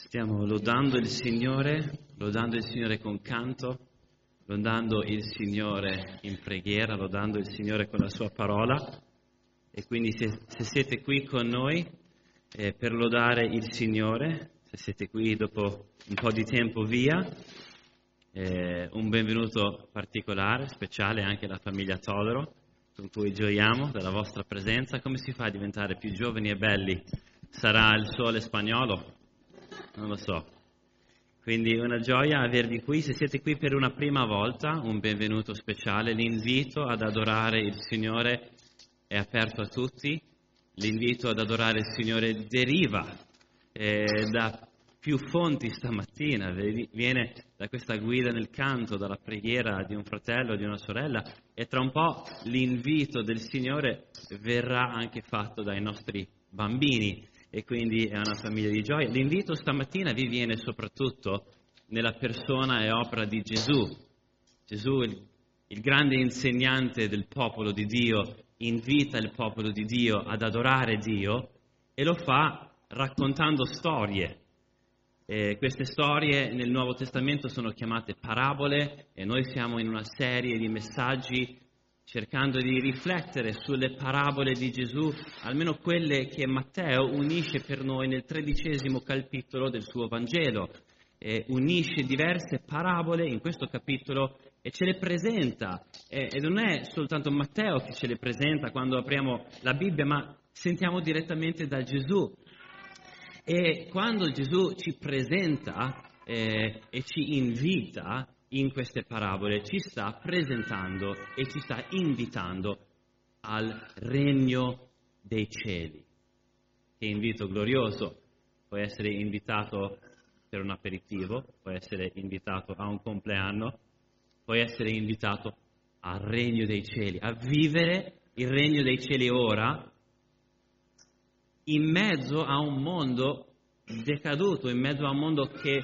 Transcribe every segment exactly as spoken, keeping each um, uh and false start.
Stiamo lodando il Signore, lodando il Signore con canto, lodando il Signore in preghiera, lodando il Signore con la Sua parola. E quindi se, se siete qui con noi eh, per lodare il Signore, se siete qui dopo un po' di tempo via, eh, un benvenuto particolare, speciale anche alla famiglia Todoro, con cui gioiamo della vostra presenza. Come si fa a diventare più giovani e belli? Sarà il sole spagnolo? Non lo so. Quindi una gioia avervi qui. Se siete qui per una prima volta, un benvenuto speciale. L'invito ad adorare il Signore è aperto a tutti. L'invito ad adorare il Signore deriva eh, da più fonti stamattina. Viene da questa guida nel canto, dalla preghiera di un fratello o di una sorella, e tra un po' l'invito del Signore verrà anche fatto dai nostri bambini. E quindi è una famiglia di gioia. L'invito stamattina vi viene soprattutto nella persona e opera di Gesù. Gesù, il, il grande insegnante del popolo di Dio, invita il popolo di Dio ad adorare Dio e lo fa raccontando storie. E queste storie nel Nuovo Testamento sono chiamate parabole e noi siamo in una serie di messaggi cercando di riflettere sulle parabole di Gesù, almeno quelle che Matteo unisce per noi nel tredicesimo capitolo del suo Vangelo. Eh, unisce diverse parabole in questo capitolo e ce le presenta. Eh, e non è soltanto Matteo che ce le presenta quando apriamo la Bibbia, ma sentiamo direttamente da Gesù. E quando Gesù ci presenta eh, e ci invita in queste parabole, ci sta presentando e ci sta invitando al regno dei cieli. Che invito glorioso! Puoi essere invitato per un aperitivo, puoi essere invitato a un compleanno, puoi essere invitato al regno dei cieli, a vivere il regno dei cieli ora, in mezzo a un mondo decaduto, in mezzo a un mondo che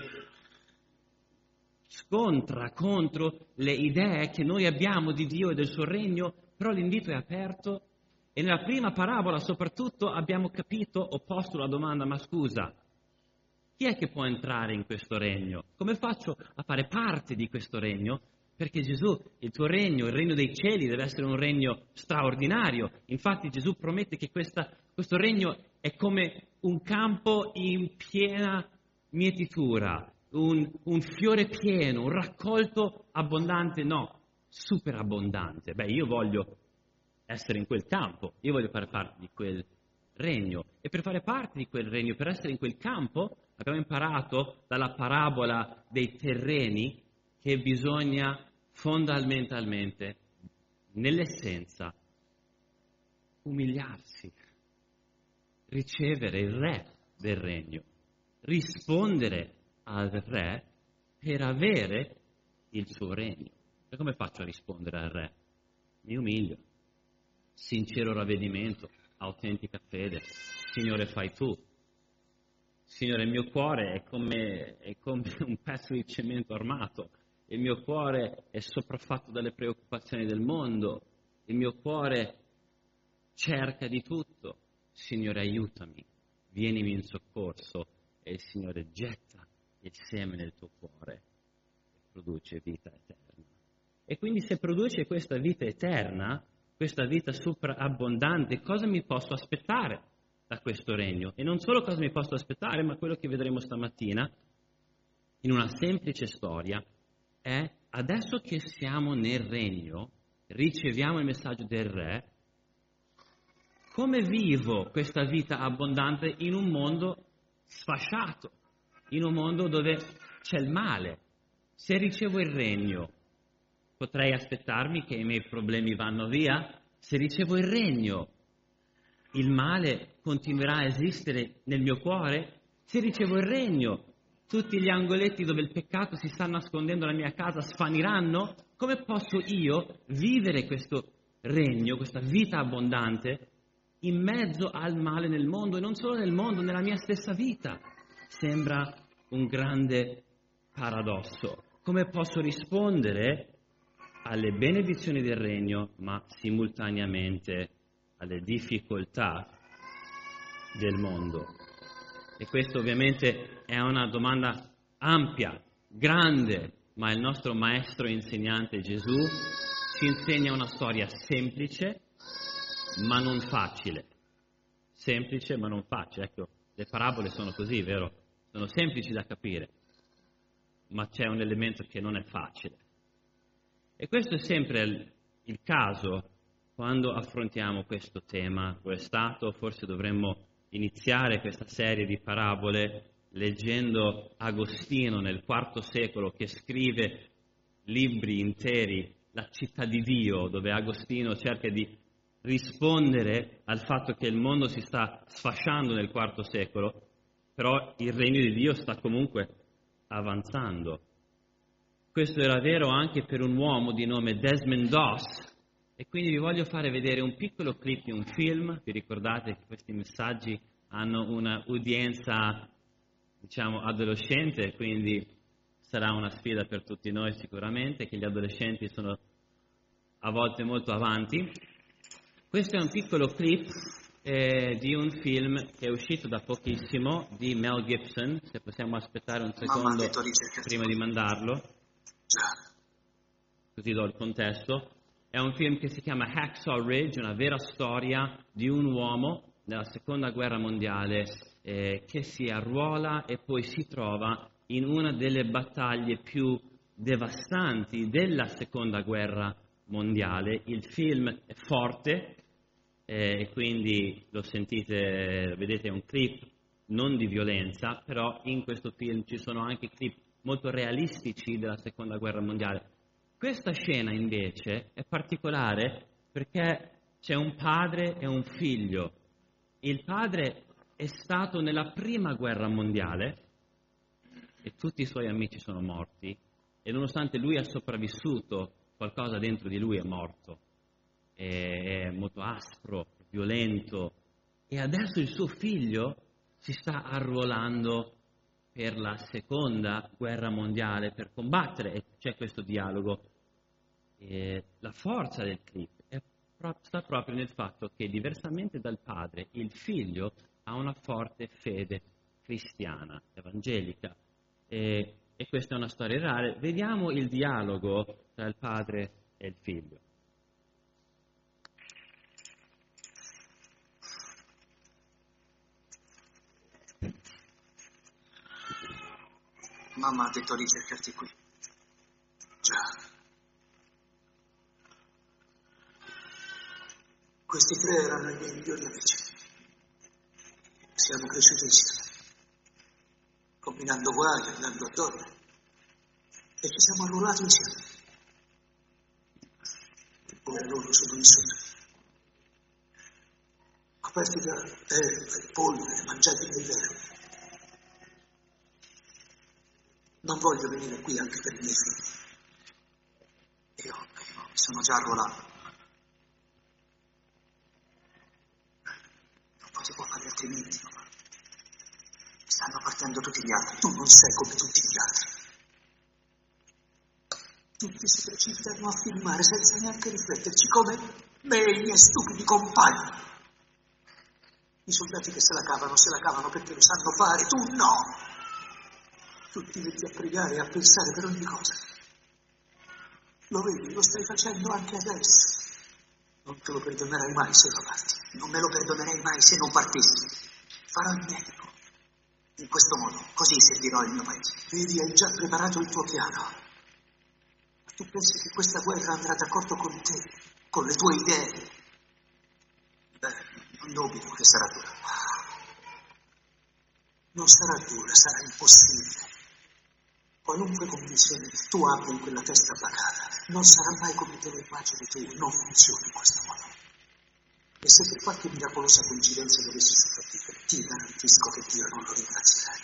scontra contro le idee che noi abbiamo di Dio e del suo regno, però l'invito è aperto e nella prima parabola soprattutto abbiamo capito, ho posto la domanda, ma scusa, chi è che può entrare in questo regno? Come faccio a fare parte di questo regno? Perché Gesù, il tuo regno, il regno dei cieli, deve essere un regno straordinario. Infatti Gesù promette che questa, questo regno è come un campo in piena mietitura, un, un fiore pieno, un raccolto abbondante, no, superabbondante. Beh, io voglio essere in quel campo, io voglio fare parte di quel regno. E per fare parte di quel regno, per essere in quel campo, abbiamo imparato dalla parabola dei terreni che bisogna fondamentalmente, nell'essenza, umiliarsi, ricevere il re del regno, rispondere al re per avere il suo regno. E come faccio a rispondere al re? Mi umilio, sincero ravvedimento, autentica fede. Signore, fai tu. Signore, il mio cuore è come, è come un pezzo di cemento armato. Il mio cuore è sopraffatto dalle preoccupazioni del mondo. Il mio cuore cerca di tutto. Signore, aiutami, vienimi in soccorso. E il Signore getta il seme nel tuo cuore e produce vita eterna. E quindi se produce questa vita eterna, questa vita superabbondante, cosa mi posso aspettare da questo regno? E non solo cosa mi posso aspettare, ma quello che vedremo stamattina, in una semplice storia, è adesso che siamo nel regno, riceviamo il messaggio del re, come vivo questa vita abbondante in un mondo sfasciato, in un mondo dove c'è il male? Se ricevo il regno, potrei aspettarmi che i miei problemi vanno via? Se ricevo il regno, il male continuerà a esistere nel mio cuore? Se ricevo il regno, tutti gli angoletti dove il peccato si sta nascondendo nella mia casa sfaniranno? Come posso io vivere questo regno, questa vita abbondante, in mezzo al male nel mondo, e non solo nel mondo, nella mia stessa vita? Sembra un grande paradosso. Come posso rispondere alle benedizioni del regno, ma simultaneamente alle difficoltà del mondo? E questo ovviamente è una domanda ampia, grande, ma il nostro maestro insegnante Gesù ci insegna una storia semplice, ma non facile. Semplice, ma non facile. Ecco, le parabole sono così, vero? Sono semplici da capire, ma c'è un elemento che non è facile. E questo è sempre il, il caso quando affrontiamo questo tema. Lo è stato, forse dovremmo iniziare questa serie di parabole leggendo Agostino nel quarto secolo, che scrive libri interi, La città di Dio, dove Agostino cerca di rispondere al fatto che il mondo si sta sfasciando nel quarto secolo, però il regno di Dio sta comunque avanzando. Questo era vero anche per un uomo di nome Desmond Doss, e quindi vi voglio fare vedere un piccolo clip di un film. Vi ricordate che questi messaggi hanno una udienza, diciamo, adolescente, quindi sarà una sfida per tutti noi sicuramente, che gli adolescenti sono a volte molto avanti. Questo è un piccolo clip eh, di un film che è uscito da pochissimo, di Mel Gibson, se possiamo aspettare un secondo prima di mandarlo, così do il contesto. È un film che si chiama Hacksaw Ridge, una vera storia di un uomo nella seconda guerra mondiale eh, che si arruola e poi si trova in una delle battaglie più devastanti della seconda guerra mondiale. Il film è forte e eh, quindi lo sentite, vedete, è un clip non di violenza, però in questo film ci sono anche clip molto realistici della seconda guerra mondiale. Questa scena invece è particolare perché c'è un padre e un figlio. Il padre è stato nella prima guerra mondiale e tutti i suoi amici sono morti, e nonostante lui ha sopravvissuto, qualcosa dentro di lui è morto. È molto aspro, violento, e adesso il suo figlio si sta arruolando per la seconda guerra mondiale, per combattere, e c'è questo dialogo. E la forza del clip è pro- sta proprio nel fatto che, diversamente dal padre, il figlio ha una forte fede cristiana, evangelica, e, e questa è una storia reale. Vediamo il dialogo tra il padre e il figlio. Mamma ha detto di cercarti qui. Già. Questi tre erano i miei migliori amici. Siamo cresciuti insieme, combinando guai, andando a donne, e ci siamo arruolati insieme. Eppure loro sono vissuti. Coperti da erba e polvere, mangiati in inverno. Non voglio venire qui anche per i miei figli. Io, io mi sono già arruolato. Non potevo fare altrimenti, ma stanno partendo tutti gli altri. Tu non sei come tutti gli altri. Tutti si precipitano a filmare senza neanche rifletterci, come me e i miei stupidi compagni. I soldati che se la cavano, se la cavano perché lo sanno fare, tu no! Tu ti metti a pregare e a pensare per ogni cosa. Lo vedi, lo stai facendo anche adesso. Non te lo perdonerai mai se lo parti. Non me lo perdonerei mai se non partissi. Farò il medico. In questo modo, così servirò il mio paese. Vedi, hai già preparato il tuo piano. Ma tu pensi che questa guerra andrà d'accordo con te, con le tue idee? Beh, non dubito che sarà dura. Non sarà dura, sarà impossibile. Qualunque convinzione tu abbia in quella testa bacata, non sarà mai come te lo immagini tu, non funziona in questo modo. E se per qualche miracolosa coincidenza dovessi sopravvivere, ti garantisco che Dio non lo ringrazierai.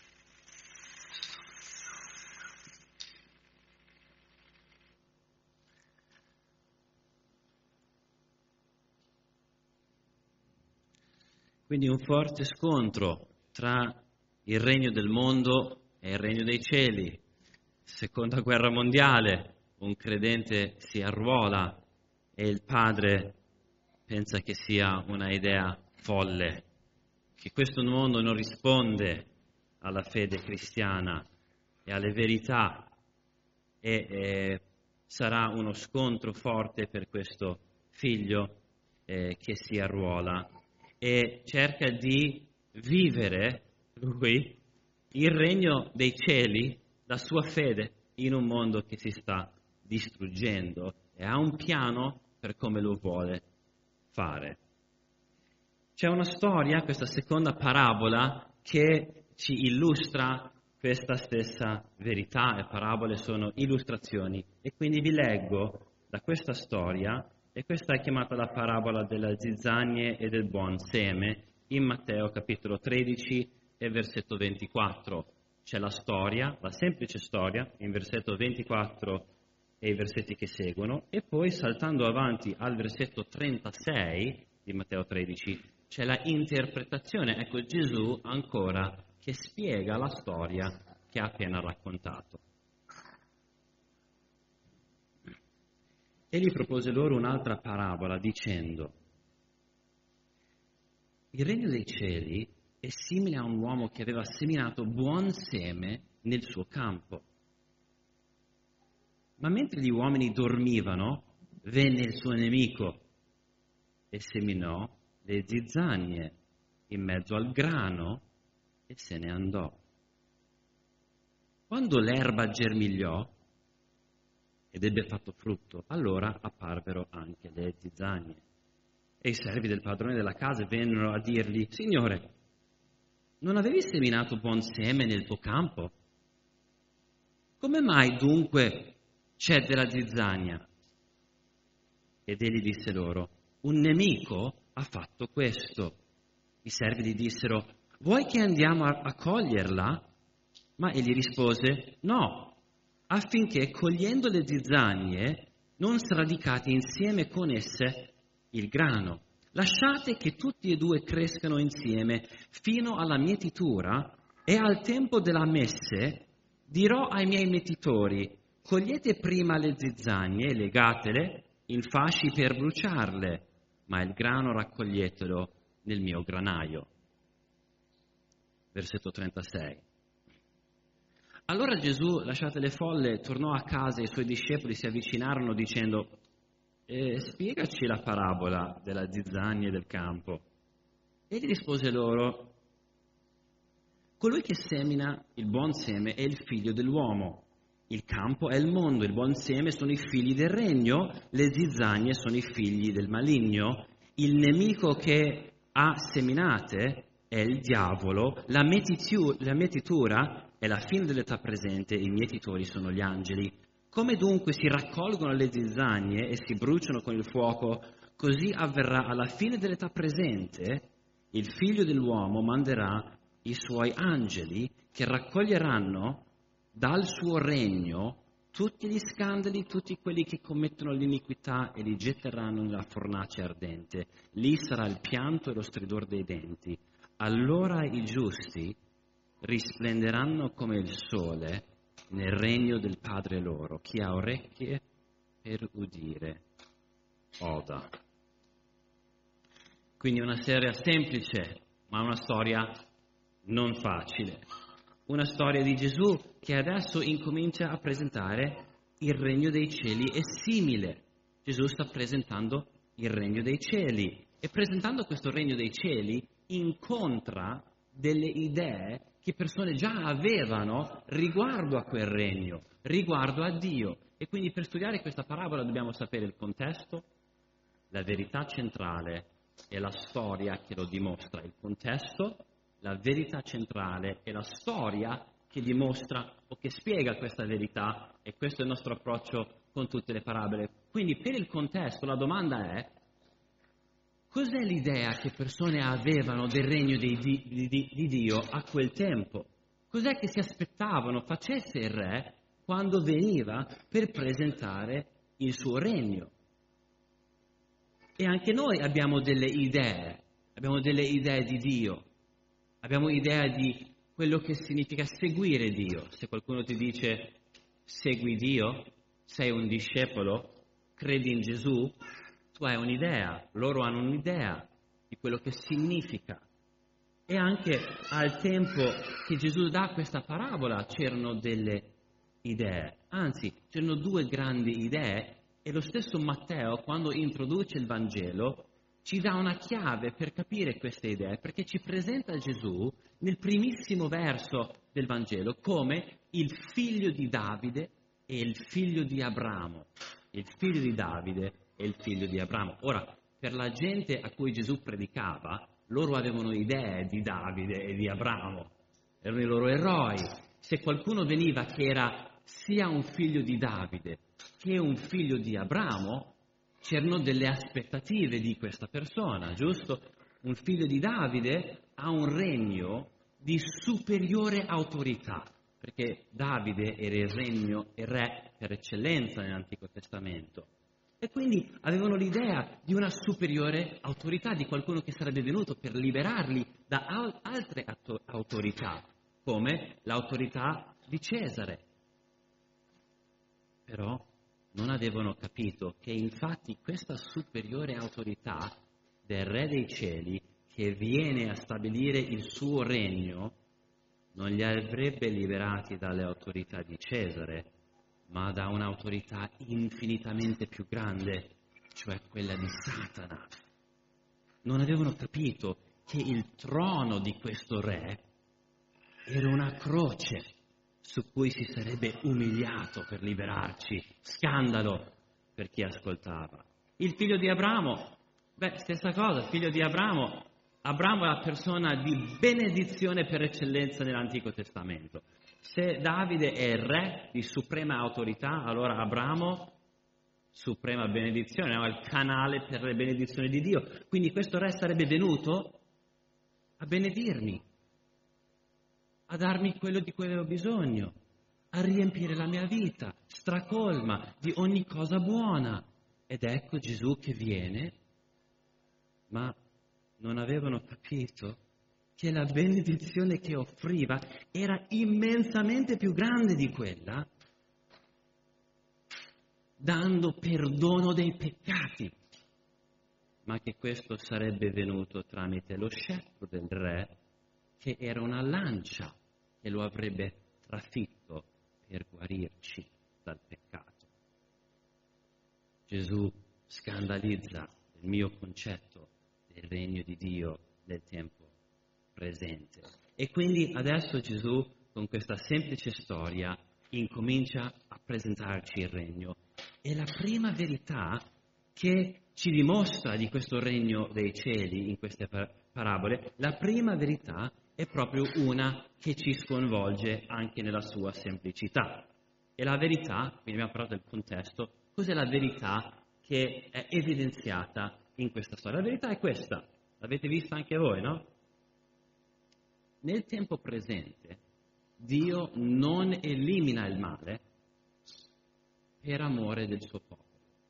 Quindi un forte scontro tra il regno del mondo e il regno dei cieli. Seconda guerra mondiale, un credente si arruola e il padre pensa che sia una idea folle. che questo mondo non risponde alla fede cristiana e alle verità e eh, sarà uno scontro forte per questo figlio eh, che si arruola e cerca di vivere lui il regno dei cieli, la sua fede in un mondo che si sta distruggendo e ha un piano per come lo vuole fare. C'è una storia, questa seconda parabola, che ci illustra questa stessa verità, e parabole sono illustrazioni. E quindi vi leggo da questa storia, e questa è chiamata la parabola delle zizzagne e del buon seme, in Matteo capitolo tredici e versetto ventiquattro. C'è la storia, la semplice storia, in versetto ventiquattro e i versetti che seguono, e poi saltando avanti al versetto trentasei di Matteo tredici c'è la interpretazione, ecco Gesù ancora che spiega la storia che ha appena raccontato. Egli propose loro un'altra parabola dicendo: il regno dei cieli è simile a un uomo che aveva seminato buon seme nel suo campo. Ma mentre gli uomini dormivano, venne il suo nemico e seminò le zizzagne in mezzo al grano e se ne andò. Quando l'erba germigliò ed ebbe fatto frutto, allora apparvero anche le zizzagne. E i servi del padrone della casa vennero a dirgli: Signore, non avevi seminato buon seme nel tuo campo? Come mai dunque c'è della zizzania? Ed egli disse loro: un nemico ha fatto questo. I servi gli dissero: vuoi che andiamo a, a coglierla? Ma egli rispose: no, affinché cogliendo le zizzagne non sradicate insieme con esse il grano. Lasciate che tutti e due crescano insieme fino alla mietitura, e al tempo della messe dirò ai miei mietitori: cogliete prima le zizzagne e legatele in fasci per bruciarle, ma il grano raccoglietelo nel mio granaio. Versetto trentasei. Allora Gesù, lasciate le folle, tornò a casa e i suoi discepoli si avvicinarono dicendo: eh, spiegaci la parabola della zizzania e del campo. Egli rispose loro: colui che semina il buon seme è il figlio dell'uomo. Il campo è il mondo, il buon seme sono i figli del regno, le zizzagne sono i figli del maligno. Il nemico che ha seminate è il diavolo, la, metitu- la mietitura è la fine dell'età presente, i mietitori sono gli angeli. Come dunque si raccolgono le zizzagne e si bruciano con il fuoco, così avverrà alla fine dell'età presente. Il figlio dell'uomo manderà i suoi angeli che raccoglieranno dal suo regno tutti gli scandali, tutti quelli che commettono l'iniquità, e li getteranno nella fornace ardente. Lì sarà il pianto e lo stridor dei denti. Allora i giusti risplenderanno come il sole nel regno del Padre loro. Chi ha orecchie per udire, oda. Quindi una storia semplice, ma una storia non facile. Una storia di Gesù che adesso incomincia a presentare il regno dei cieli. È simile. Gesù sta presentando il regno dei cieli, e presentando questo regno dei cieli incontra delle idee che persone già avevano riguardo a quel regno, riguardo a Dio. E quindi per studiare questa parabola dobbiamo sapere il contesto, la verità centrale e la storia che lo dimostra. Il contesto, la verità centrale e la storia che dimostra o che spiega questa verità, e questo è il nostro approccio con tutte le parabole. Quindi per il contesto la domanda è: cos'è l'idea che persone avevano del regno di, di, di, di Dio a quel tempo? Cos'è che si aspettavano facesse il re quando veniva per presentare il suo regno? E anche noi abbiamo delle idee, abbiamo delle idee di Dio, abbiamo idea di quello che significa seguire Dio. Se qualcuno ti dice segui Dio, sei un discepolo, credi in Gesù, tu hai un'idea, loro hanno un'idea di quello che significa. E anche al tempo che Gesù dà questa parabola c'erano delle idee, anzi c'erano due grandi idee, e lo stesso Matteo, quando introduce il Vangelo, ci dà una chiave per capire queste idee, perché ci presenta Gesù nel primissimo verso del Vangelo come il figlio di Davide e il figlio di Abramo. Il figlio di Davide e il figlio di Abramo. Ora, per la gente a cui Gesù predicava, loro avevano idee di Davide e di Abramo, erano i loro eroi. Se qualcuno veniva che era sia un figlio di Davide che un figlio di Abramo, c'erano delle aspettative di questa persona, giusto? Un figlio di Davide ha un regno di superiore autorità, perché Davide era il regno e re per eccellenza nell'Antico Testamento. E quindi avevano l'idea di una superiore autorità, di qualcuno che sarebbe venuto per liberarli da al- altre atto- autorità, come l'autorità di Cesare. Però non avevano capito che infatti questa superiore autorità del Re dei Cieli, che viene a stabilire il suo regno, non li avrebbe liberati dalle autorità di Cesare, ma da un'autorità infinitamente più grande, cioè quella di Satana. Non avevano capito che il trono di questo re era una croce su cui si sarebbe umiliato per liberarci. Scandalo per chi ascoltava. Il figlio di Abramo, beh, stessa cosa, il figlio di Abramo. Abramo è la persona di benedizione per eccellenza nell'Antico Testamento. Se Davide è il re di suprema autorità, allora Abramo, suprema benedizione, è il canale per le benedizioni di Dio. Quindi questo re sarebbe venuto a benedirmi, a darmi quello di cui avevo bisogno, a riempire la mia vita, stracolma di ogni cosa buona. Ed ecco Gesù che viene, ma non avevano capito che la benedizione che offriva era immensamente più grande di quella, dando perdono dei peccati, ma che questo sarebbe venuto tramite lo scettro del re, che era una lancia che lo avrebbe trafitto per guarirci dal peccato. Gesù scandalizza il mio concetto del regno di Dio nel tempo presente. E quindi adesso Gesù, con questa semplice storia, incomincia a presentarci il regno. E la prima verità che ci dimostra di questo regno dei cieli in queste parabole, la prima verità è proprio una che ci sconvolge anche nella sua semplicità. E la verità, quindi abbiamo parlato del contesto, cos'è la verità che è evidenziata in questa storia? La verità è questa, l'avete vista anche voi, no? Nel tempo presente Dio non elimina il male per amore del suo popolo.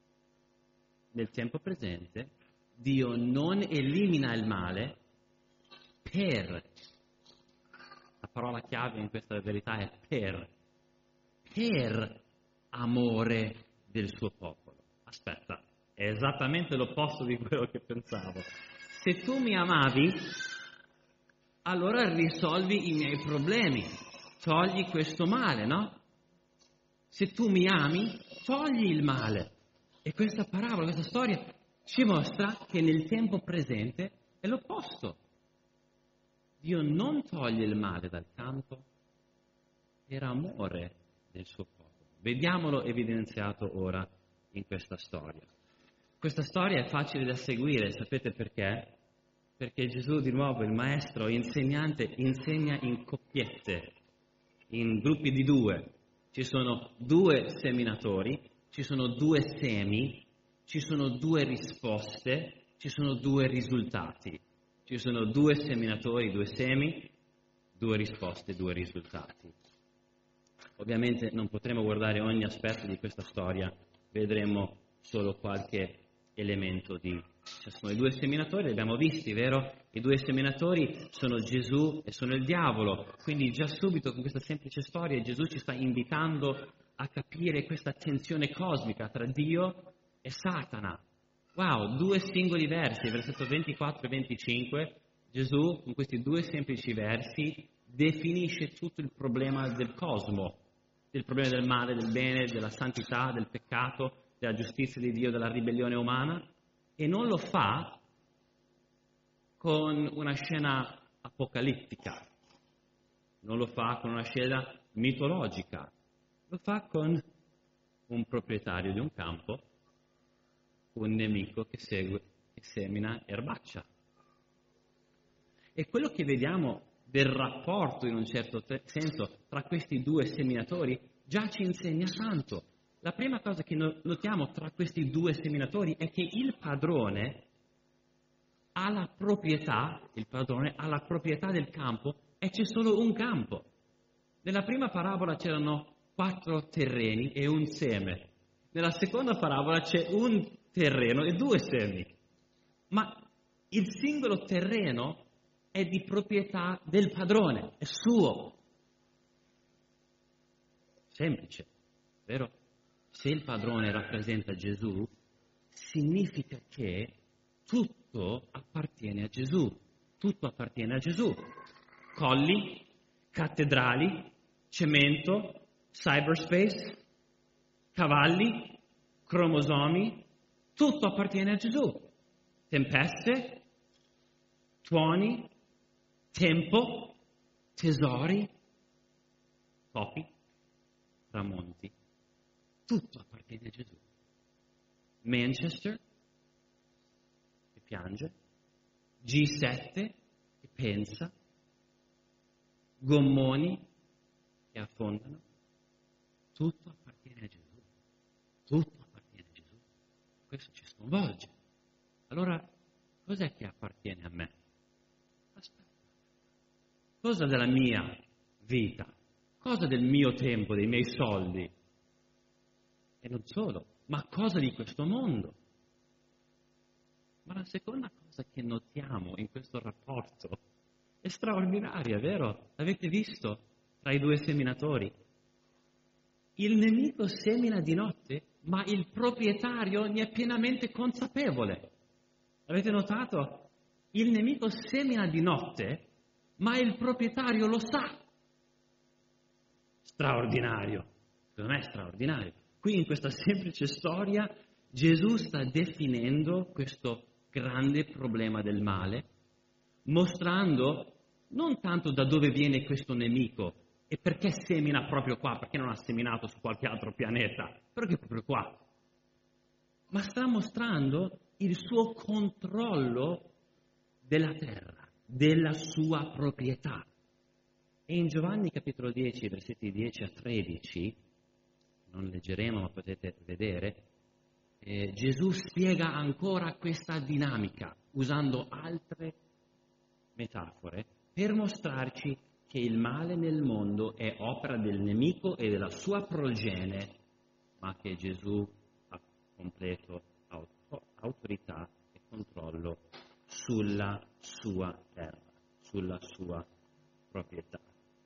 Nel tempo presente Dio non elimina il male per, la parola chiave in questa verità è per, per amore del suo popolo. Aspetta, è esattamente l'opposto di quello che pensavo. Se tu mi amavi, allora risolvi i miei problemi, togli questo male, no? Se tu mi ami, togli il male. E questa parabola, questa storia ci mostra che nel tempo presente è l'opposto. Dio non toglie il male dal campo per amore del suo popolo. Vediamolo evidenziato ora in questa storia. Questa storia è facile da seguire, sapete perché? Perché Gesù, di nuovo, il maestro, insegnante, insegna in coppiette, in gruppi di due. Ci sono due seminatori, ci sono due semi, ci sono due risposte, ci sono due risultati. Ci sono due seminatori, due semi, due risposte, due risultati. Ovviamente non potremo guardare ogni aspetto di questa storia, vedremo solo qualche elemento di ciascuno. I due seminatori li abbiamo visti, vero? I due seminatori sono Gesù e sono il diavolo, quindi già subito con questa semplice storia Gesù ci sta invitando a capire questa tensione cosmica tra Dio e Satana. Wow, due singoli versi, versetto ventiquattro e venticinque, Gesù, con questi due semplici versi, definisce tutto il problema del cosmo, del problema del male, del bene, della santità, del peccato, della giustizia di Dio, della ribellione umana, e non lo fa con una scena apocalittica, non lo fa con una scena mitologica, lo fa con un proprietario di un campo, un nemico che segue e semina erbaccia. E quello che vediamo del rapporto, in un certo te- senso, tra questi due seminatori già ci insegna tanto. La prima cosa che no- notiamo tra questi due seminatori è che il padrone ha la proprietà, il padrone ha la proprietà del campo e c'è solo un campo. Nella prima parabola c'erano quattro terreni e un seme. Nella seconda parabola c'è un terreno e due semi. Ma il singolo terreno è di proprietà del padrone, è suo. Semplice, vero? Se il padrone rappresenta Gesù, significa che tutto appartiene a Gesù, tutto appartiene a Gesù. Colli, cattedrali, cemento, cyberspace, cavalli, cromosomi, tutto appartiene a Gesù. Tempeste, tuoni, tempo, tesori, topi, tramonti, tutto appartiene a Gesù. Manchester, che piange, G sette, che pensa, gommoni, che affondano, tutto appartiene a Gesù, tutto appartiene a Gesù. Questo ci sconvolge. Allora, cos'è che appartiene a me? Aspetta. Cosa della mia vita? Cosa del mio tempo, dei miei soldi? E non solo, ma cosa di questo mondo? Ma la seconda cosa che notiamo in questo rapporto è straordinaria, vero? L'avete visto tra i due seminatori? Il nemico semina di notte, ma il proprietario ne è pienamente consapevole. Avete notato? Il nemico semina di notte, ma il proprietario lo sa. Straordinario. Secondo me è straordinario. Qui in questa semplice storia Gesù sta definendo questo grande problema del male, mostrando non tanto da dove viene questo nemico e perché semina proprio qua, perché non ha seminato su qualche altro pianeta, perché proprio qua, ma sta mostrando il suo controllo della terra, della sua proprietà. E in Giovanni capitolo dieci, versetti dieci a tredici, non leggeremo ma potete vedere, eh, Gesù spiega ancora questa dinamica usando altre metafore per mostrarci che il male nel mondo è opera del nemico e della sua progenie, ma che Gesù ha completo autorità e controllo sulla sua terra, sulla sua proprietà.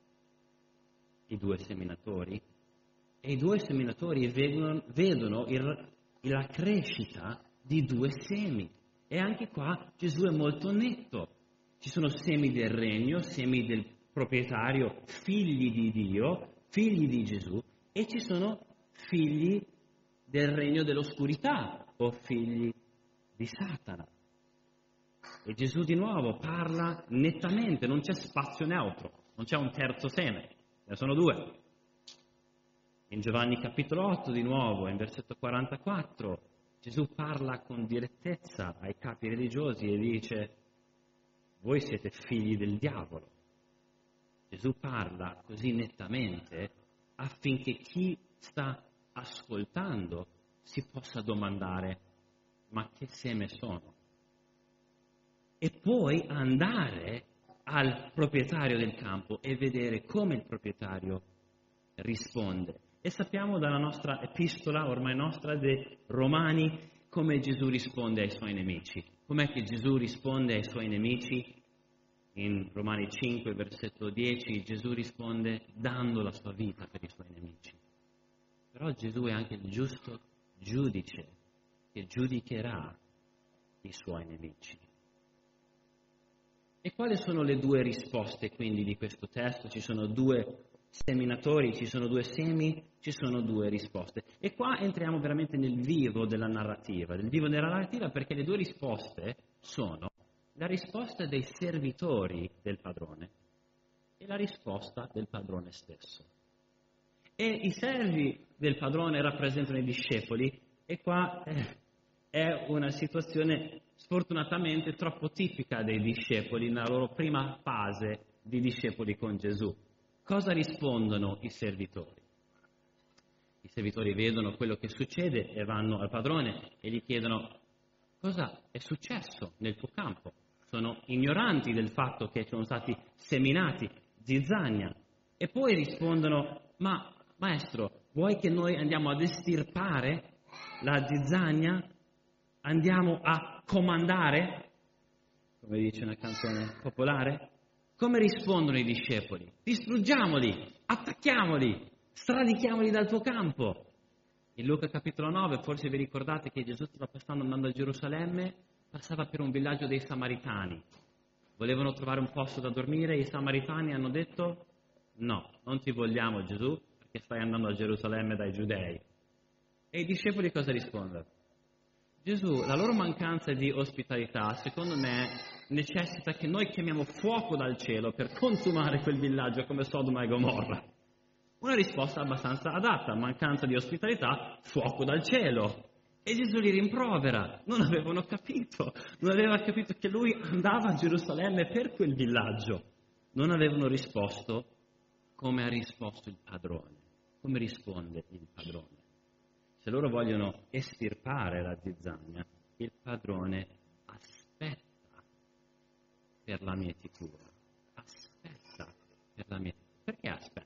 I due seminatori e i due seminatori vedono, vedono il, la crescita di due semi e anche qua Gesù è molto netto. Ci sono semi del regno, semi del proprietario, figli di Dio, figli di Gesù, e ci sono figli del regno dell'oscurità o figli di Satana. E Gesù di nuovo parla nettamente, non c'è spazio neutro, non c'è un terzo seme, ne sono due. In Giovanni capitolo otto di nuovo, in versetto quarantaquattro, Gesù parla con direttezza ai capi religiosi e dice: voi siete figli del diavolo. Gesù parla così nettamente affinché chi sta ascoltando si possa domandare: ma che seme sono? E poi andare al proprietario del campo e vedere come il proprietario risponde. E sappiamo dalla nostra epistola, ormai nostra, dei Romani, come Gesù risponde ai suoi nemici. Com'è che Gesù risponde ai suoi nemici? In Romani cinque, versetto dieci, Gesù risponde dando la sua vita per i suoi nemici. Però Gesù è anche il giusto giudice che giudicherà i suoi nemici. E quali sono le due risposte quindi di questo testo? Ci sono due seminatori, ci sono due semi, ci sono due risposte. E qua entriamo veramente nel vivo della narrativa, nel vivo della narrativa perché le due risposte sono la risposta dei servitori del padrone e la risposta del padrone stesso. E i servi del padrone rappresentano i discepoli e qua eh, è una situazione sfortunatamente troppo tipica dei discepoli nella loro prima fase di discepoli con Gesù. Cosa rispondono i servitori? I servitori vedono quello che succede e vanno al padrone e gli chiedono cosa è successo nel tuo campo. Sono ignoranti del fatto che sono stati seminati zizzania e poi rispondono ma maestro, vuoi che noi andiamo ad estirpare la zizzania? Andiamo a comandare? Come dice una canzone popolare? Come rispondono i discepoli? Distruggiamoli, attacchiamoli, stradichiamoli dal tuo campo. In Luca capitolo nove, forse vi ricordate che Gesù stava passando andando a Gerusalemme, passava per un villaggio dei Samaritani. Volevano trovare un posto da dormire, i Samaritani hanno detto no, non ti vogliamo Gesù, perché stai andando a Gerusalemme dai Giudei. E i discepoli cosa rispondono? Gesù, la loro mancanza di ospitalità, secondo me, necessita che noi chiamiamo fuoco dal cielo per consumare quel villaggio come Sodoma e Gomorra. Una risposta abbastanza adatta, mancanza di ospitalità, fuoco dal cielo. E Gesù li rimprovera, non avevano capito, non aveva capito che lui andava a Gerusalemme per quel villaggio. Non avevano risposto come ha risposto il padrone, come risponde il padrone. Se loro vogliono estirpare la zizzania, il padrone aspetta per la mietitura. Aspetta per la mietitura. Perché aspetta?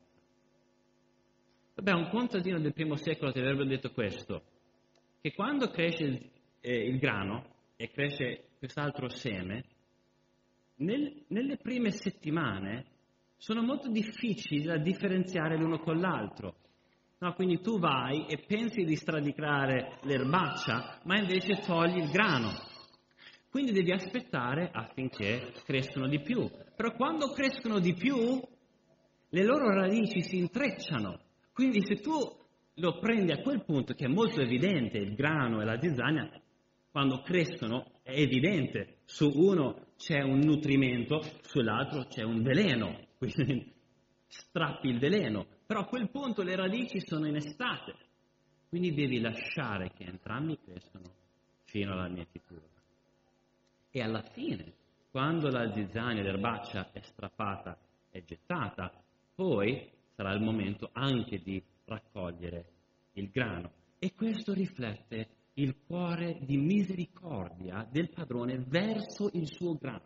Vabbè, un contadino del primo secolo ti avrebbe detto questo, che quando cresce il, eh, il grano e cresce quest'altro seme, nel, nelle prime settimane sono molto difficili da differenziare l'uno con l'altro. No, quindi tu vai e pensi di stradicare l'erbaccia, ma invece togli il grano. Quindi devi aspettare affinché crescano di più. Però quando crescono di più, le loro radici si intrecciano. Quindi se tu lo prendi a quel punto, che è molto evidente, il grano e la zizzania, quando crescono è evidente. Su uno c'è un nutrimento, sull'altro c'è un veleno. Quindi strappi il veleno. Però a quel punto le radici sono in estate, quindi devi lasciare che entrambi crescano fino alla mietitura. E alla fine, quando la zizzania, l'erbaccia è strappata e gettata, poi sarà il momento anche di raccogliere il grano. E questo riflette il cuore di misericordia del padrone verso il suo grano.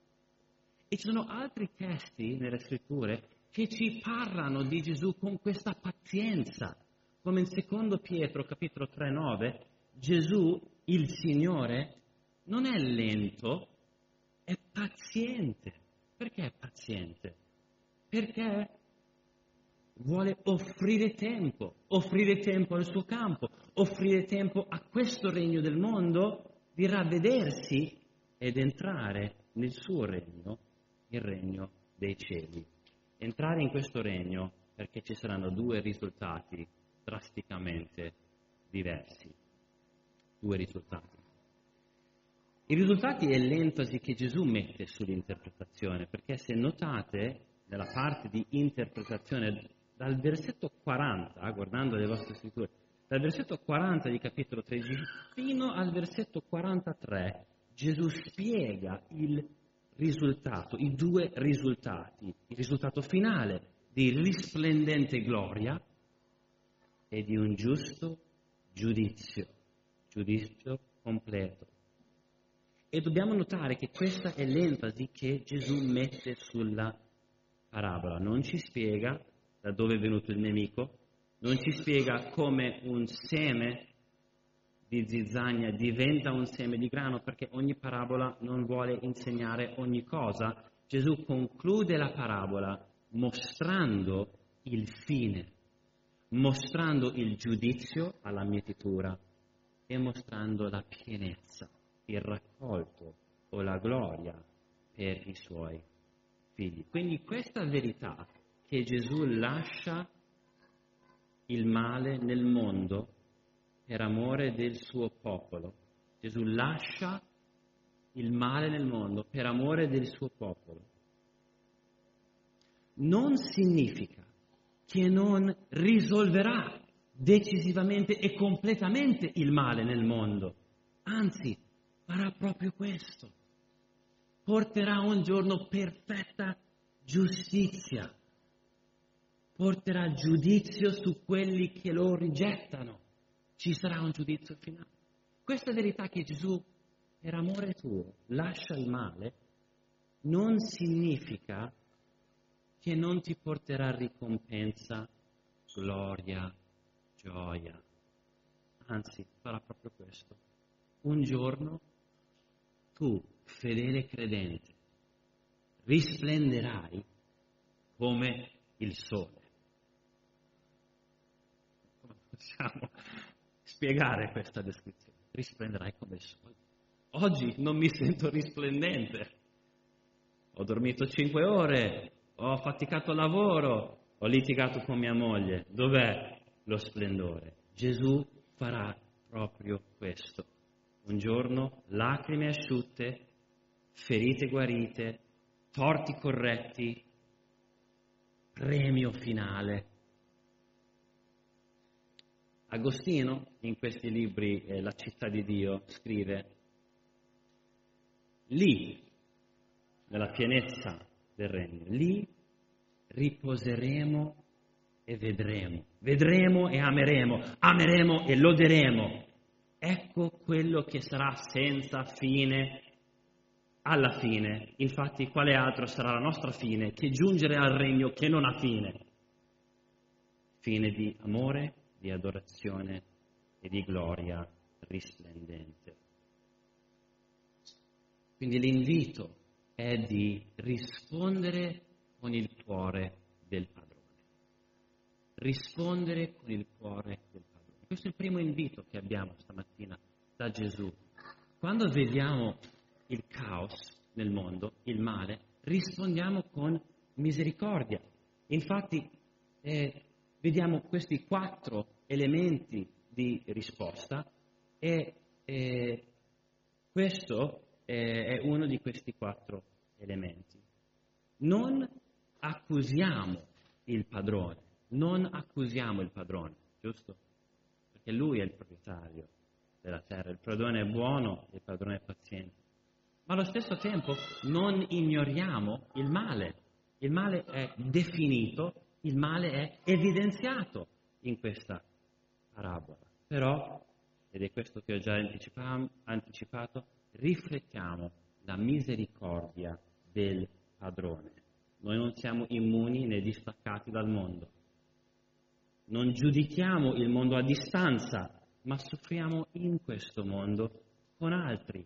E ci sono altri testi nelle scritture che ci parlano di Gesù con questa pazienza, come in secondo Pietro, capitolo tre, nove, Gesù, il Signore, non è lento, è paziente. Perché è paziente? Perché vuole offrire tempo, offrire tempo al suo campo, offrire tempo a questo regno del mondo di ravvedersi ed entrare nel suo regno, il regno dei cieli. Entrare in questo regno perché ci saranno due risultati drasticamente diversi. Due risultati. I risultati è l'enfasi che Gesù mette sull'interpretazione, perché se notate nella parte di interpretazione dal versetto quaranta, guardando le vostre scritture, dal versetto quaranta di capitolo tredici fino al versetto quarantatré, Gesù spiega il risultato, i due risultati, il risultato finale di risplendente gloria e di un giusto giudizio, giudizio completo. E dobbiamo notare che questa è l'enfasi che Gesù mette sulla parabola. Non ci spiega da dove è venuto il nemico, non ci spiega come un seme di zizzania diventa un seme di grano, perché ogni parabola non vuole insegnare ogni cosa. Gesù conclude la parabola mostrando il fine, mostrando il giudizio alla mietitura e mostrando la pienezza, il raccolto o la gloria per i suoi figli. Quindi questa verità che Gesù lascia il male nel mondo per amore del suo popolo. Gesù lascia il male nel mondo per amore del suo popolo. Non significa che non risolverà decisivamente e completamente il male nel mondo. Anzi, farà proprio questo. Porterà un giorno perfetta giustizia. Porterà giudizio su quelli che lo rigettano. Ci sarà un giudizio finale. Questa verità che Gesù, per amore tuo, lascia il male, non significa che non ti porterà ricompensa, gloria, gioia. Anzi, farà proprio questo. Un giorno tu, fedele credente, risplenderai come il sole. Come possiamo spiegare questa descrizione? Risplenderai come il sole. Oggi non mi sento risplendente. Ho dormito cinque ore, ho faticato al lavoro, ho litigato con mia moglie. Dov'è lo splendore? Gesù farà proprio questo. Un giorno lacrime asciutte, ferite guarite, torti corretti, premio finale. Agostino, in questi libri, eh, La città di Dio, scrive: lì, nella pienezza del regno, lì riposeremo e vedremo, vedremo e ameremo, ameremo e loderemo. Ecco quello che sarà senza fine alla fine. Infatti, quale altro sarà la nostra fine che giungere al regno che non ha fine? Fine di amore, di adorazione e di gloria risplendente. Quindi l'invito è di rispondere con il cuore del padrone. Rispondere con il cuore del padrone. Questo è il primo invito che abbiamo stamattina da Gesù. Quando vediamo il caos nel mondo, il male, rispondiamo con misericordia. Infatti, eh, vediamo questi quattro elementi di risposta e eh, questo è uno di questi quattro elementi. Non accusiamo il padrone, non accusiamo il padrone, giusto? Perché lui è il proprietario della terra, il padrone è buono, il padrone è paziente. Ma allo stesso tempo non ignoriamo il male. Il male è definito, il male è evidenziato in questa parabola. Però, ed è questo che ho già anticipato, riflettiamo la misericordia del padrone. Noi non siamo immuni né distaccati dal mondo. Non giudichiamo il mondo a distanza, ma soffriamo in questo mondo con altri.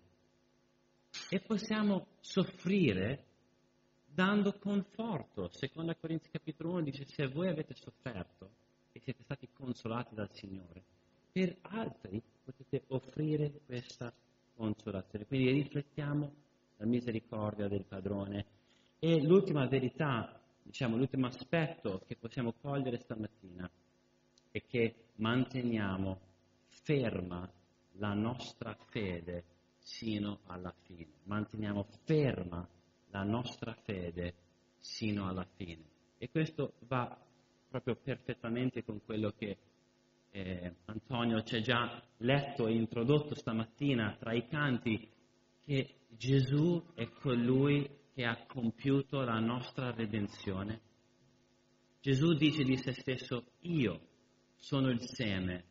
E possiamo soffrire dando conforto. Seconda Corinzi capitolo uno dice: se voi avete sofferto e siete stati consolati dal Signore, per altri potete offrire questa consolazione. Quindi riflettiamo la misericordia del padrone. E l'ultima verità, diciamo l'ultimo aspetto che possiamo cogliere stamattina è che manteniamo ferma la nostra fede sino alla fine. Manteniamo ferma la nostra fede sino alla fine. E questo va proprio perfettamente con quello che eh, Antonio ci ha già letto e introdotto stamattina tra i canti, che Gesù è colui che ha compiuto la nostra redenzione. Gesù dice di se stesso: io sono il seme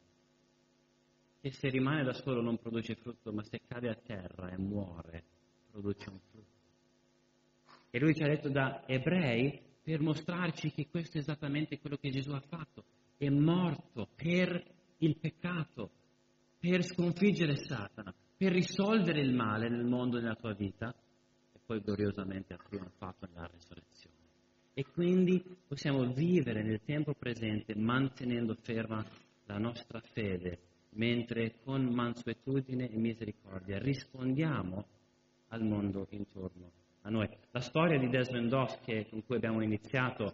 che se rimane da solo non produce frutto, ma se cade a terra e muore produce un frutto. E lui ci ha detto da Ebrei per mostrarci che questo è esattamente quello che Gesù ha fatto. È morto per il peccato, per sconfiggere Satana, per risolvere il male nel mondo e nella tua vita, e poi gloriosamente ha trionfato nella resurrezione. E quindi possiamo vivere nel tempo presente mantenendo ferma la nostra fede, mentre con mansuetudine e misericordia rispondiamo al mondo intorno a noi. La storia di Desmond Doss, che, con cui abbiamo iniziato,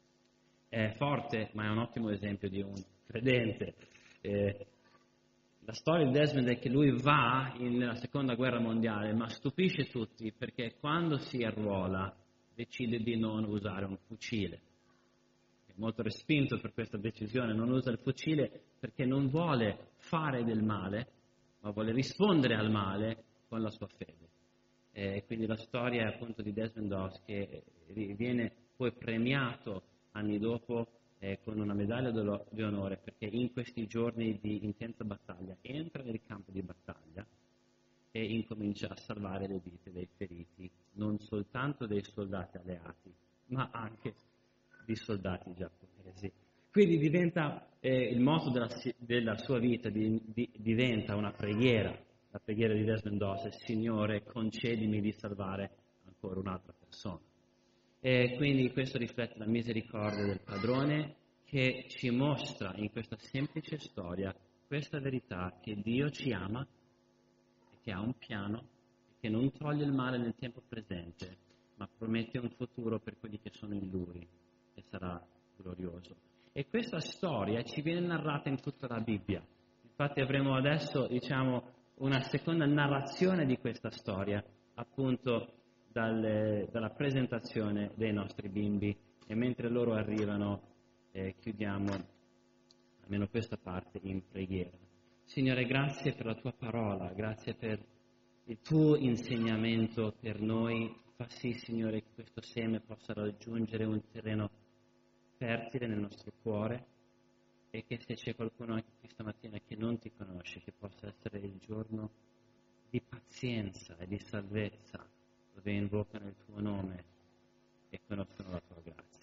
è forte, ma è un ottimo esempio di un credente. Eh, la storia di Desmond è che lui va in- nella seconda guerra mondiale, ma stupisce tutti perché quando si arruola decide di non usare un fucile. È molto respinto per questa decisione, non usa il fucile perché non vuole fare del male, ma vuole rispondere al male con la sua fede. E quindi la storia è appunto di Desmond Doss, che viene poi premiato anni dopo eh, con una medaglia d'olo- di onore, perché in questi giorni di intensa battaglia entra nel campo di battaglia e incomincia a salvare le vite dei feriti, non soltanto dei soldati alleati, ma anche di soldati giapponesi. Quindi diventa, eh, il motto della, si- della sua vita di- di- diventa una preghiera, la preghiera di Desmond Doss è: Signore, concedimi di salvare ancora un'altra persona. E quindi questo riflette la misericordia del Padrone, che ci mostra in questa semplice storia questa verità, che Dio ci ama, e che ha un piano, e che non toglie il male nel tempo presente, ma promette un futuro per quelli che sono in Lui, e sarà glorioso. E questa storia ci viene narrata in tutta la Bibbia. Infatti avremo adesso, diciamo, una seconda narrazione di questa storia, appunto dalle- dalla presentazione dei nostri bimbi, e mentre loro arrivano eh, chiudiamo almeno questa parte in preghiera. Signore, grazie per la tua parola, grazie per il tuo insegnamento per noi. Fa sì, Signore, che questo seme possa raggiungere un terreno fertile nel nostro cuore, e che se c'è qualcuno anche questa mattina che non ti conosce, che possa essere il giorno di pazienza e di salvezza, dove invocano il tuo nome e conoscono la tua grazia.